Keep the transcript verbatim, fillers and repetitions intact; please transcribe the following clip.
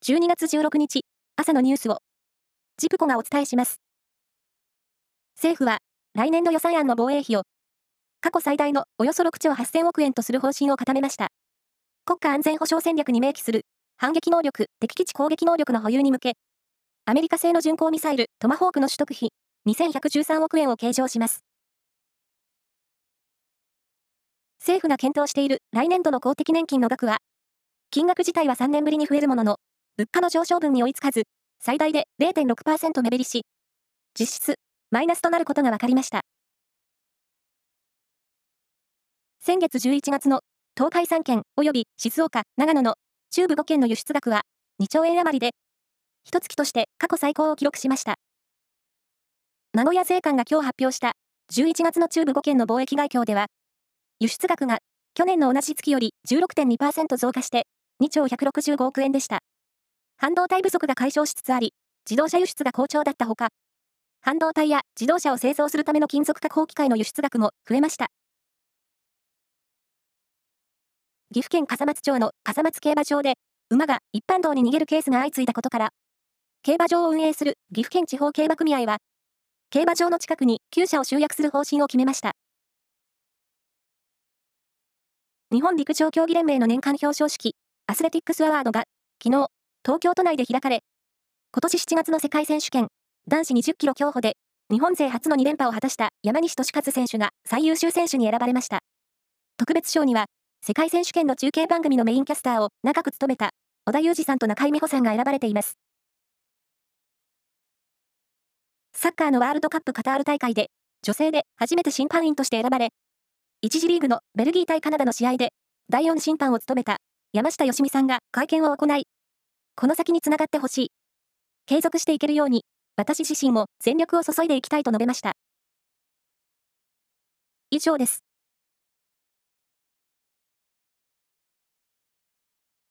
じゅうにがつじゅうろくにち、朝のニュースを、ジプコがお伝えします。政府は、来年度予算案の防衛費を、過去最大のおよそろくちょうはっせんおくえんとする方針を固めました。国家安全保障戦略に明記する、反撃能力、敵基地攻撃能力の保有に向け、アメリカ製の巡航ミサイル、トマホークの取得費、にせんひゃくじゅうさんおくえんを計上します。政府が検討している来年度の公的年金の額は、金額自体はさんねんぶりに増えるものの、物価の上昇分に追いつかず、最大で れいてんろくパーセント 目減りし、実質、マイナスとなることが分かりました。先月じゅういちがつの東海さんけん及び静岡、長野の中部ごけんの輸出額はにちょうえん余りで、一月として過去最高を記録しました。名古屋税関が今日発表したじゅういちがつの中部ごけんの貿易概況では、輸出額が去年の同じ月より じゅうろくてんにパーセント 増加してにちょうひゃくろくじゅうごおくえんでした。半導体不足が解消しつつあり、自動車輸出が好調だったほか、半導体や自動車を製造するための金属加工機械の輸出額も増えました。岐阜県笠松町の笠松競馬場で、馬が一般道に逃げるケースが相次いだことから、競馬場を運営する岐阜県地方競馬組合は、競馬場の近くに厩舎を集約する方針を決めました。日本陸上競技連盟の年間表彰式、アスレティックスアワードが、昨日、東京都内で開かれ、今年しちがつの世界選手権、男子にじゅっキロ競歩で、日本勢初のにれんぱを果たした山西利和選手が最優秀選手に選ばれました。特別賞には、世界選手権の中継番組のメインキャスターを長く務めた、織田裕二さんと中井美穂さんが選ばれています。サッカーのワールドカップカタール大会で、女性で初めて審判員として選ばれ、一次リーグのベルギー対カナダの試合で、だいよん審判を務めた山下良美さんが会見を行い、この先につながってほしい。継続していけるように、私自身も全力を注いでいきたいと述べました。以上です。